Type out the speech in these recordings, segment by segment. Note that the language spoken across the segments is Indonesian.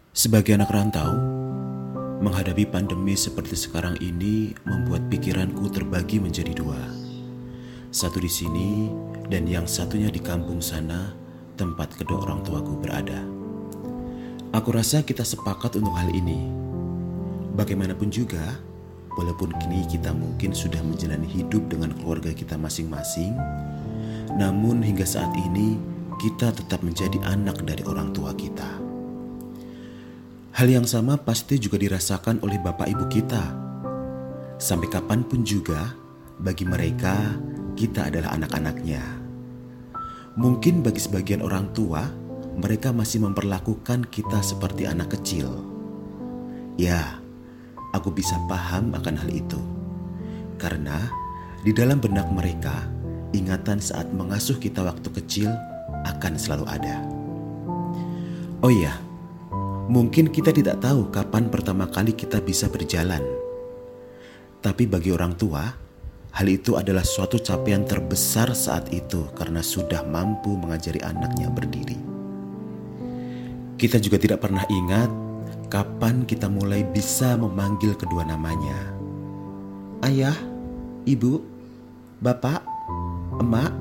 Sebagai anak rantau, menghadapi pandemi seperti sekarang ini membuat pikiranku terbagi menjadi dua. Satu di sini dan yang satunya di kampung sana, tempat kedua orang tuaku berada. Aku rasa kita sepakat untuk hal ini. Bagaimanapun juga, walaupun kini kita mungkin sudah menjalani hidup dengan keluarga kita masing-masing, namun hingga saat ini kita tetap menjadi anak dari orang tua kita. Hal yang sama pasti juga dirasakan oleh bapak ibu kita. Sampai kapanpun juga, bagi mereka, kita adalah anak-anaknya. Mungkin bagi sebagian orang tua, mereka masih memperlakukan kita seperti anak kecil. Ya, aku bisa paham akan hal itu. Karena di dalam benak mereka, ingatan saat mengasuh kita waktu kecil akan selalu ada. Oh iya, mungkin kita tidak tahu kapan pertama kali kita bisa berjalan. Tapi bagi orang tua, hal itu adalah suatu capaian terbesar saat itu karena sudah mampu mengajari anaknya berdiri. Kita juga tidak pernah ingat kapan kita mulai bisa memanggil kedua namanya. Ayah, ibu, bapak, emak.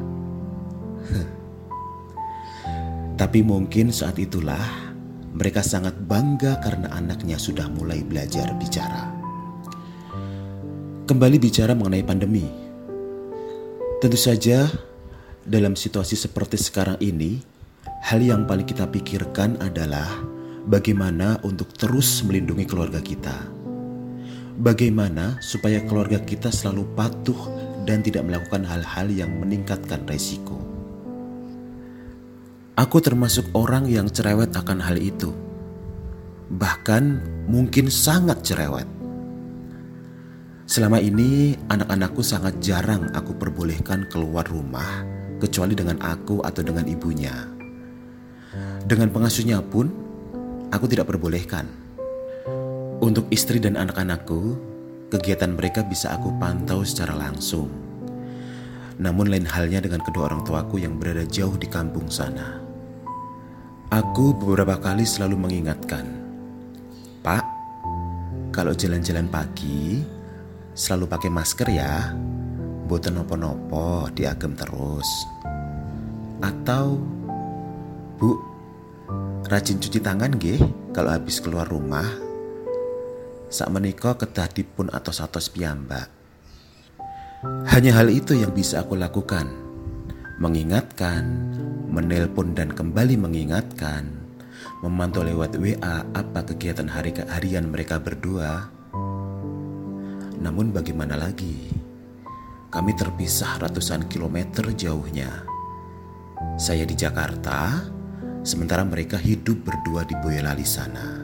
Tapi mungkin saat itulah mereka sangat bangga karena anaknya sudah mulai belajar bicara. Kembali bicara mengenai pandemi. Tentu saja dalam situasi seperti sekarang ini, hal yang paling kita pikirkan adalah bagaimana untuk terus melindungi keluarga kita. Bagaimana supaya keluarga kita selalu patuh dan tidak melakukan hal-hal yang meningkatkan resiko. Aku termasuk orang yang cerewet akan hal itu. Bahkan mungkin sangat cerewet. Selama ini anak-anakku sangat jarang aku perbolehkan keluar rumah kecuali dengan aku atau dengan ibunya. Dengan pengasuhnya pun aku tidak perbolehkan. Untuk istri dan anak-anakku, kegiatan mereka bisa aku pantau secara langsung. Namun lain halnya dengan kedua orang tuaku yang berada jauh di kampung sana. Aku beberapa kali selalu mengingatkan, Pak, kalau jalan-jalan pagi selalu pakai masker ya, boten nopo-nopo diagem terus. Atau, Bu, rajin cuci tangan nggih kalau habis keluar rumah. Sakmenika kedah dipun atos-atos piyambak. Hanya hal itu yang bisa aku lakukan. Mengingatkan, menelpon dan kembali mengingatkan, memantau lewat WA apa kegiatan harian mereka berdua. Namun bagaimana lagi? Kami terpisah ratusan kilometer jauhnya. Saya di Jakarta, sementara mereka hidup berdua di Boyolali sana.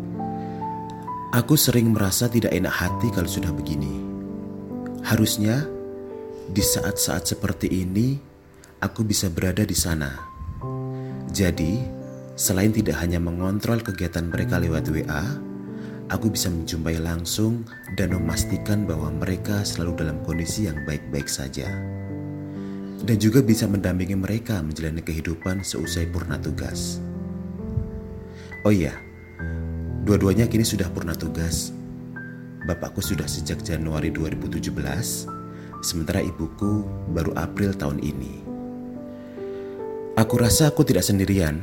Aku sering merasa tidak enak hati kalau sudah begini. Harusnya di saat-saat seperti ini aku bisa berada di sana. Jadi, selain tidak hanya mengontrol kegiatan mereka lewat WA, aku bisa menjumpai langsung dan memastikan bahwa mereka selalu dalam kondisi yang baik-baik saja. Dan juga bisa mendampingi mereka menjalani kehidupan seusai purna tugas. Oh iya, dua-duanya kini sudah purna tugas. Bapakku sudah sejak Januari 2017, sementara ibuku baru April tahun ini. Aku rasa aku tidak sendirian.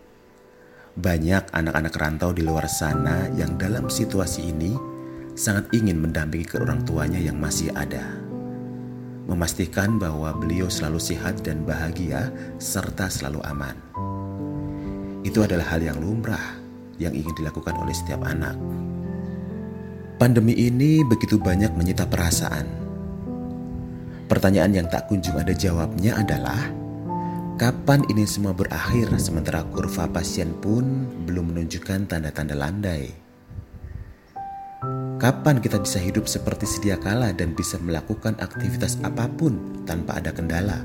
Banyak anak-anak rantau di luar sana yang dalam situasi ini sangat ingin mendampingi ke orang tuanya yang masih ada. Memastikan bahwa beliau selalu sehat dan bahagia serta selalu aman. Itu adalah hal yang lumrah yang ingin dilakukan oleh setiap anak. Pandemi ini begitu banyak menyita perasaan. Pertanyaan yang tak kunjung ada jawabnya adalah, kapan ini semua berakhir sementara kurva pasien pun belum menunjukkan tanda-tanda landai? Kapan kita bisa hidup seperti sedia kala dan bisa melakukan aktivitas apapun tanpa ada kendala?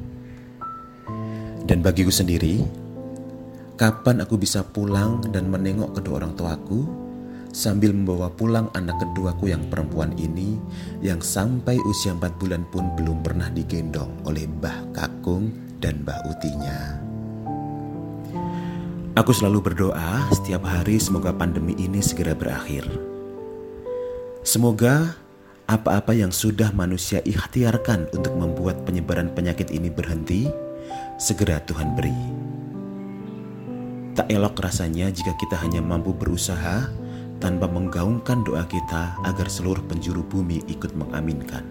Dan bagiku sendiri, kapan aku bisa pulang dan menengok kedua orang tuaku sambil membawa pulang anak keduaku yang perempuan ini yang sampai usia 4 bulan pun belum pernah digendong oleh Mbah Kakung dan Mbah Utinya. Aku selalu berdoa setiap hari semoga pandemi ini segera berakhir. Semoga apa-apa yang sudah manusia ikhtiarkan untuk membuat penyebaran penyakit ini berhenti, segera Tuhan beri. Tak elok rasanya jika kita hanya mampu berusaha tanpa menggaungkan doa kita agar seluruh penjuru bumi ikut mengaminkan.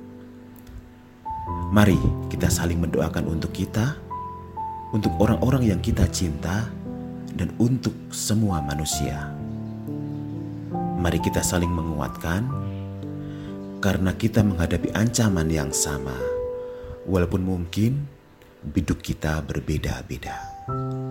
Mari kita saling mendoakan untuk kita, untuk orang-orang yang kita cinta, dan untuk semua manusia. Mari kita saling menguatkan, karena kita menghadapi ancaman yang sama, walaupun mungkin biduk kita berbeda-beda.